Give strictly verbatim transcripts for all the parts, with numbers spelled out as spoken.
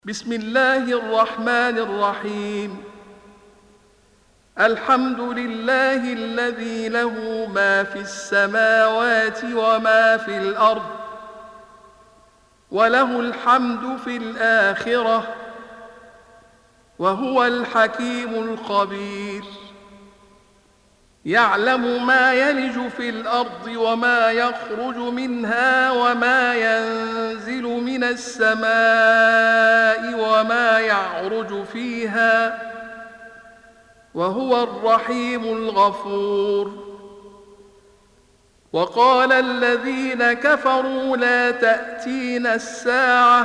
بسم الله الرحمن الرحيم. الحمد لله الذي له ما في السماوات وما في الأرض، وله الحمد في الآخرة، وهو الحكيم الخبير. يعلم ما يلج في الأرض وما يخرج منها وما ينزل من السماء وما يعرج فيها، وهو الرحيم الغفور. وقال الذين كفروا لا تأتينا الساعة،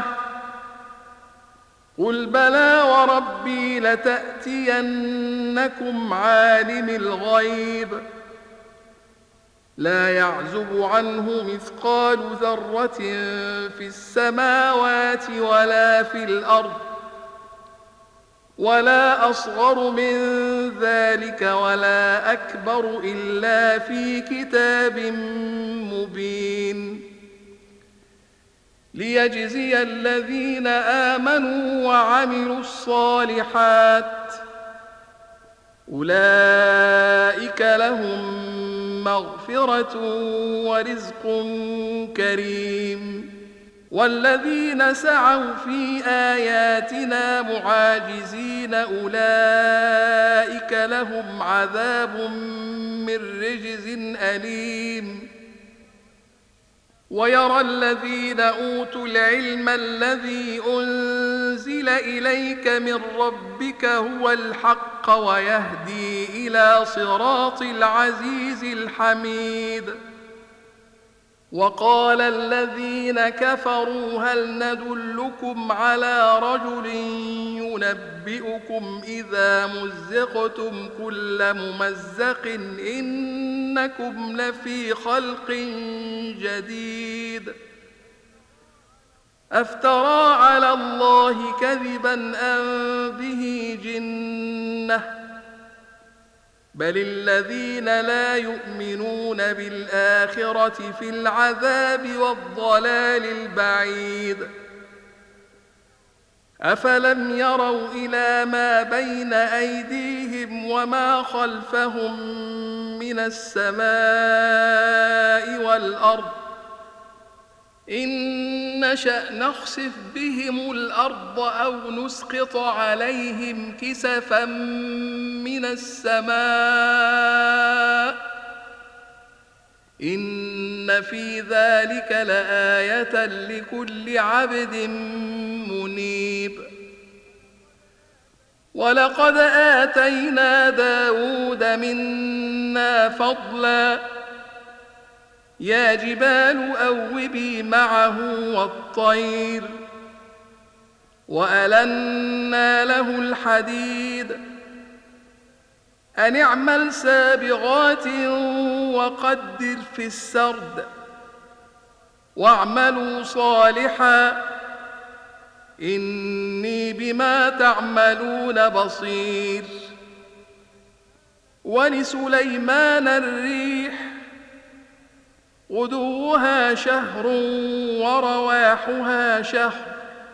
قل بلى وربي لتأتينكم عالم الغيب لا يعزب عنه مثقال ذرة في السماوات ولا في الأرض، ولا أصغر من ذلك ولا أكبر إلا في كتاب مبين، ليجزي الذين آمنوا وعملوا الصالحات، أولئك لهم مغفرة ورزق كريم. والذين سعوا في آياتنا معاجزين أولئك لهم عذاب من رجز أليم. ويرى الذين أوتوا العلم الذي أنزل إليك من ربك هو الحق ويهدي إلى صراط العزيز الحميد. وقال الذين كفروا هل ندلكم على رجل ينبئكم إذا مزقتم كل ممزق إنكم لفي خلق جديد. أفترى على الله كذبا أم به جنة، بل الذين لا يؤمنون بالآخرة في العذاب والضلال البعيد. أفلم يروا إلى ما بين أيديهم وما خلفهم من السماء والأرض إن نشأ نخسف بهم الأرض أو نسقط عليهم كسفا من السماء إن في ذلك لآية لكل عبد منيب. ولقد آتينا داود منا فضلا، يا جبال أوبي معه والطير، وألنا له الحديد، أن اعمل سابغات وقدر في السرد، واعملوا صالحا إني بما تعملون بصير. ولسليمان الريح غدوها شهر ورواحها شهر،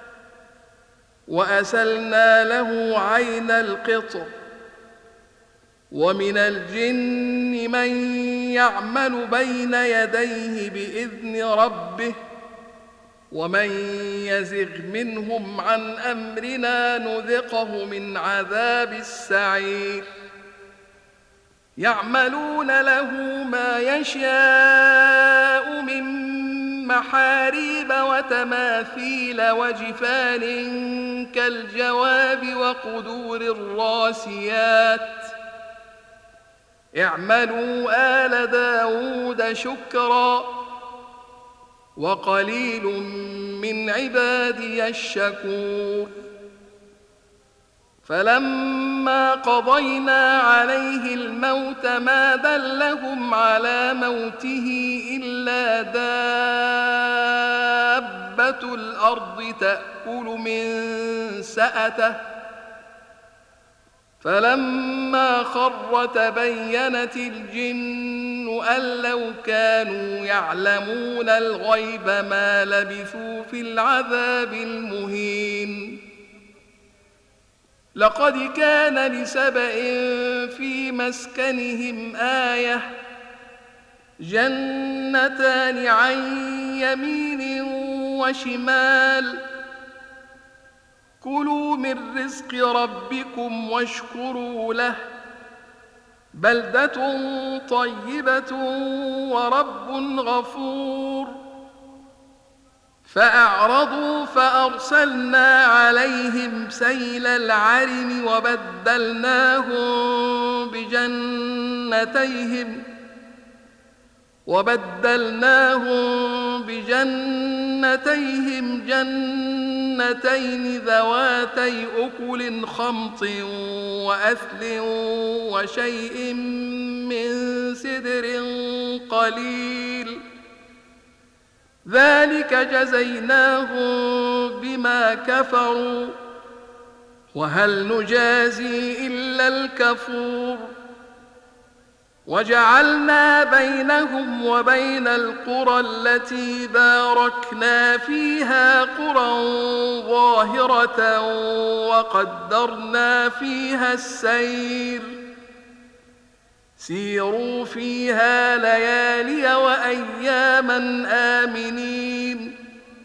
وأسلنا له عين القطر. ومن الجن من يعمل بين يديه بإذن ربه، ومن يزغ منهم عن أمرنا نذقه من عذاب السعير. يعملون له ما يشاء من محاريب وتماثيل وجفان كالجواب وقدور الراسيات. اعملوا آل داود شكرا، وقليل من عبادي الشكور. فلما قضينا عليه الموت ما دلهم على موته إلا دابة الأرض تأكل من سأته، فلما خر تبينت الجن أن لو كانوا يعلمون الغيب ما لبثوا في العذاب المهين. لقد كان لسبإ في مسكنهم آية جنتان عن يمين وشمال كلوا من رزق ربكم واشكروا له بلدة طيبة ورب غفور فأعرضوا فأرسلنا عليهم سيل العرم وبدلناهم بجنتيهم وبدلناهم بجنتيهم جنتين ذواتي أكل خمط وأثل وشيء من سدر قليل ذلك جزيناهم بما كفروا وهل نجازي إلا الكفور وجعلنا بينهم وبين القرى التي باركنا فيها قرى ظاهرة وقدرنا فيها السير سيروا فيها ليالي وأياما آمنين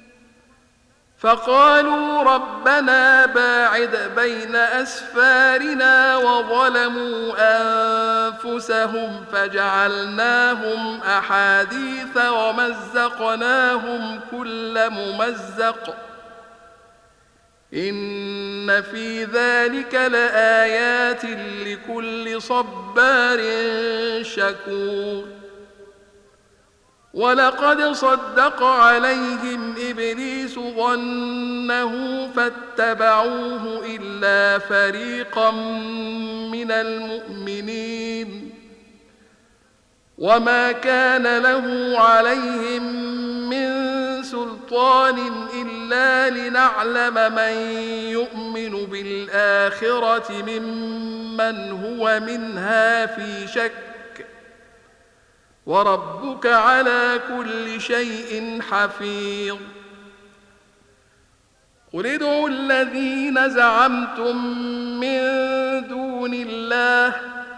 فقالوا ربنا باعد بين أسفارنا وظلموا أنفسهم فجعلناهم أحاديث ومزقناهم كل ممزق إن في ذلك لآيات لكل صبار شكور ولقد صدق عليهم إبليس ظنه فاتبعوه إلا فريقا من المؤمنين وما كان له عليهم من سلطان إلا لنعلم من يؤمن بالآخرة ممن هو منها في شك وربك على كل شيء حفيظ قل ادعوا الذين زعمتم من دون الله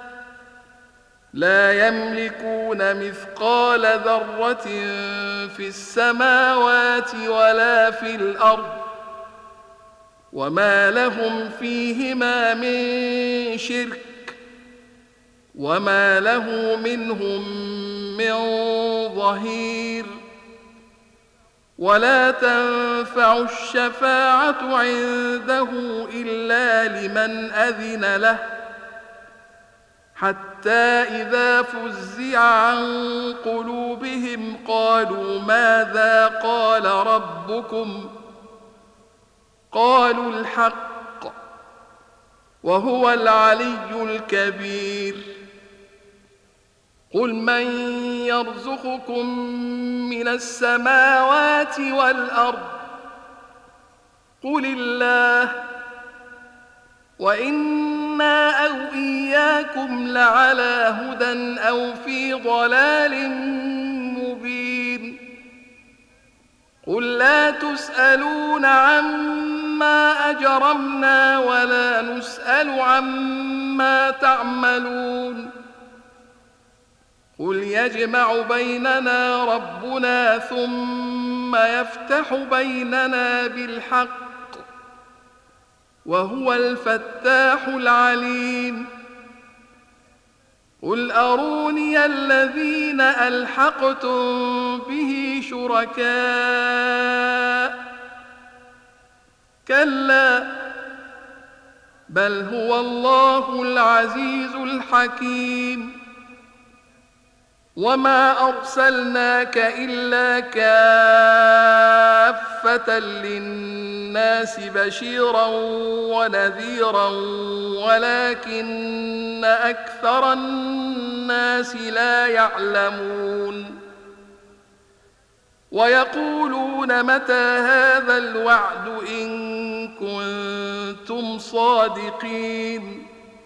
لا يملكون مثقال ذرة في السماوات ولا في الأرض وما لهم فيهما من شرك وما له منهم من ظهير ولا تنفع الشفاعة عنده إلا لمن أذن له حتى إذا فزع عن قلوبهم قالوا ماذا قال ربكم قالوا الحق وهو العلي الكبير قل من يرزقكم من السماوات والأرض قل الله وإنا أو إياكم لعلى هدى أو في ضلال مبين قل لا تسألون عما أجرمنا ولا نسأل عما تعملون قل يجمع بيننا ربنا ثم يفتح بيننا بالحق وهو الفتاح العليم قل أروني الذين ألحقتم به شركاء كلا بل هو الله العزيز الحكيم وما أرسلناك إلا كافة للناس بشيرا ونذيرا ولكن أكثر الناس لا يعلمون ويقولون متى هذا الوعد إن كنتم صادقين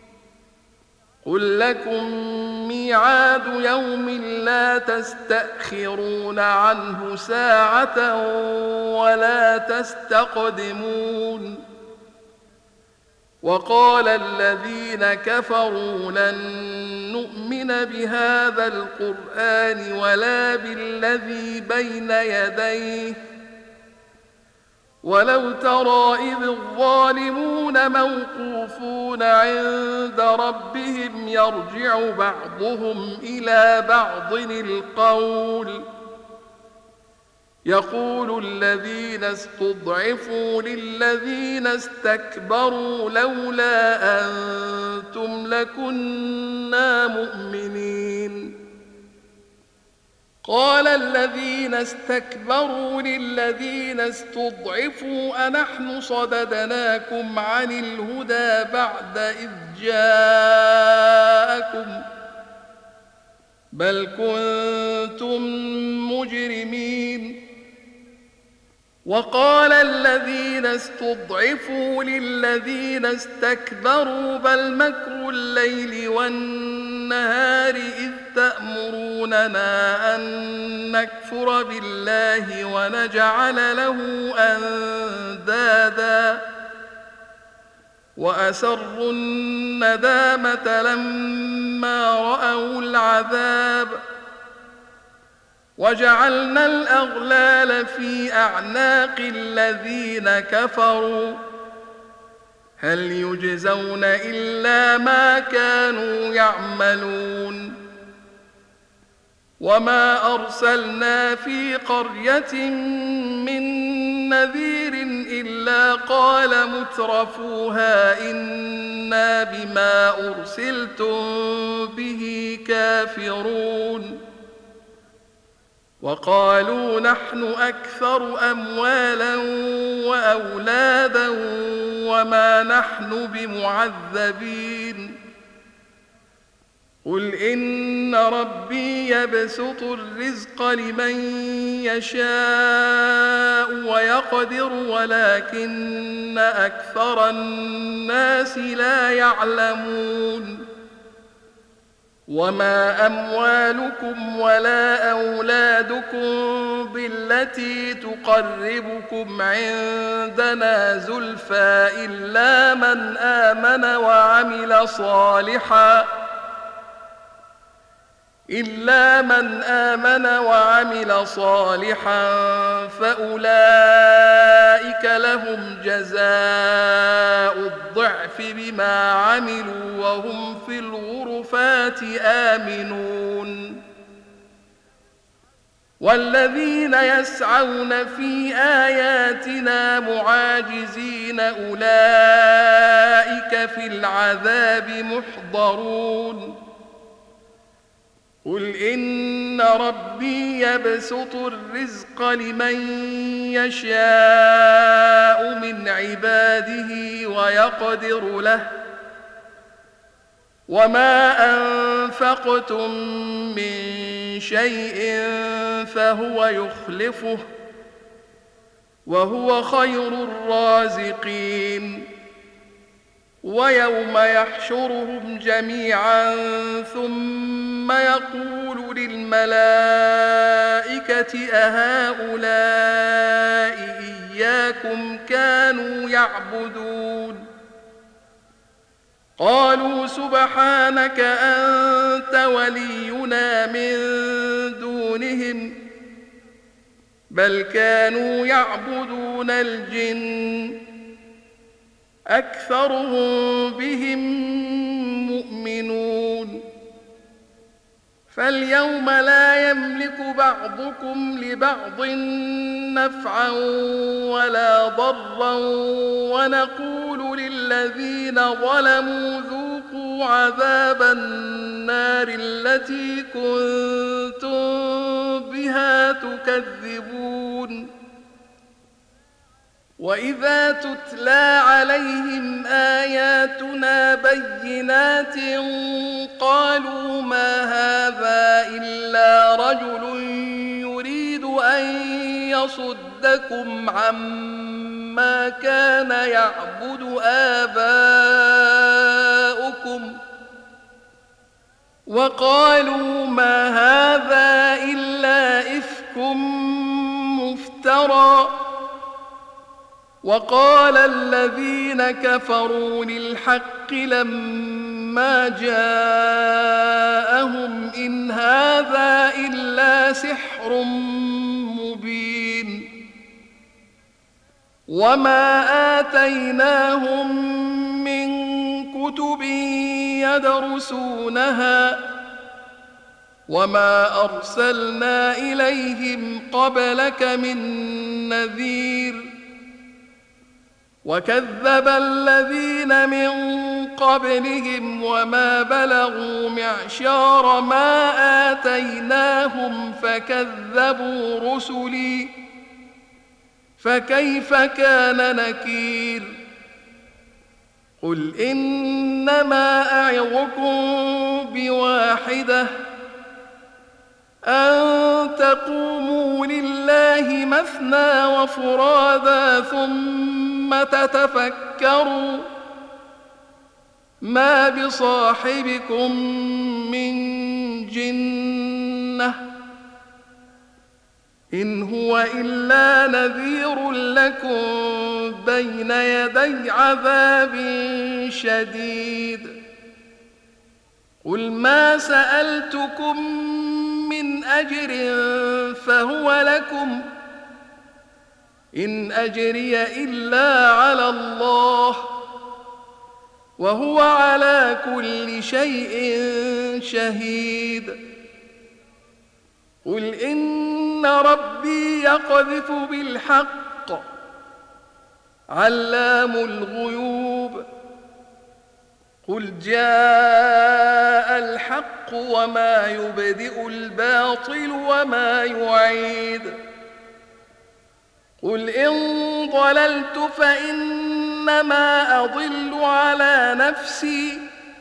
قل لكم ميعاد يوم لا تستأخرون عنه ساعة ولا تستقدمون وقال الذين كفروا لن نؤمن بهذا القرآن ولا بالذي بين يديه ولو ترى إذ الظالمون موقوفون عند ربهم يرجع بعضهم إلى بعض القول يقول الذين استضعفوا للذين استكبروا لولا أنتم لكنا مؤمنين قال الذين استكبروا للذين استضعفوا أنحن صددناكم عن الهدى بعد إذ جاءكم بل كنتم مجرمين وقال الذين استضعفوا للذين استكبروا بل مكر الليل والنهار إذ تأمروننا أن نكفر بالله ونجعل له أندادا وأسروا الندامة لما رأوا العذاب وجعلنا الأغلال في أعناق الذين كفروا هل يجزون إلا ما كانوا يعملون وما أرسلنا في قرية من نذير إلا قال مترفوها إنا بما أرسلتم به كافرون وقالوا نحن أكثر أموالا وأولادا وما نحن بمعذبين قل إن ربي يبسط الرزق لمن يشاء ويقدر ولكن أكثر الناس لا يعلمون وما أموالكم ولا أولادكم بالتي تقربكم عندنا زلفى إلا من آمن وعمل صالحا إلا من آمن وعمل صالحا فأولئك لهم جزاء الضعف بما عملوا وهم في الغرفات آمنون والذين يسعون في آياتنا معاجزين أولئك في العذاب محضرون قل إن ربي يبسط الرزق لمن يشاء من عباده ويقدر له وما أنفقتم من شيء فهو يخلفه وهو خير الرازقين ويوم يحشرهم جميعا ثم يقول للملائكة أهؤلاء إياكم كانوا يعبدون قالوا سبحانك أنت ولينا من دونهم بل كانوا يعبدون الجن أكثرهم بهم مؤمنون فاليوم لا يملك بعضكم لبعض نفعا ولا ضرا ونقول للذين ظلموا ذوقوا عذاب النار التي كنتم بها تكذبون وإذا تتلى عليهم آياتنا بينات قالوا ما هذا إلا رجل يريد أن يصدكم عما كان يعبد آباؤكم وقالوا ما هذا إلا إفك مفترى وقال الذين كفروا للحق لما جاءهم إن هذا إلا سحر مبين وما آتيناهم من كتب يدرسونها وما أرسلنا إليهم قبلك من نذير وكذب الذين من قبلهم وما بلغوا معشار ما آتيناهم فكذبوا رسلي فكيف كان نكير قل إنما أعظكم بواحدة أن تقوموا لله مثنى وفرادا ثم تتفكروا ما بصاحبكم من جنة إن هو إلا نذير لكم بين يدي عذاب شديد قل ما سألتكم من أجر فهو لكم إن أجري إلا على الله وهو على كل شيء شهيد قل إن ربي يقذف بالحق علام الغيوب قل جاء الحق وما يبدئ الباطل وما يعيد قل إن ضللت فإنما أضل على نفسي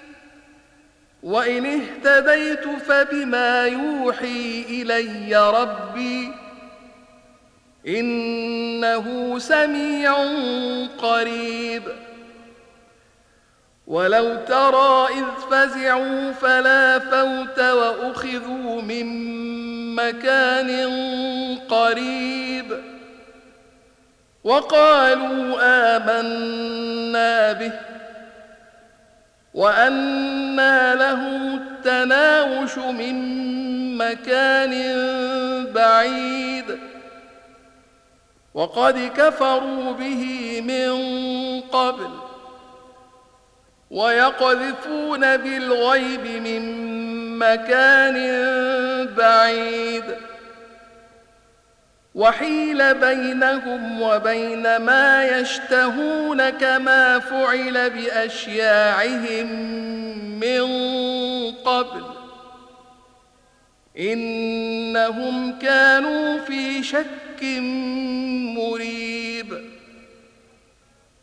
وإن اهتديت فبما يوحي إلي ربي إنه سميع قريب ولو ترى إذ فزعوا فلا فوت وأخذوا من مكان قريب وقالوا آمنا به وأنى لهم التناوش من مكان بعيد وقد كفروا به من قبل ويقذفون بالغيب من مكان بعيد وحيل بينهم وبين ما يشتهون كما فعل بأشياعهم من قبل إنهم كانوا في شك مريب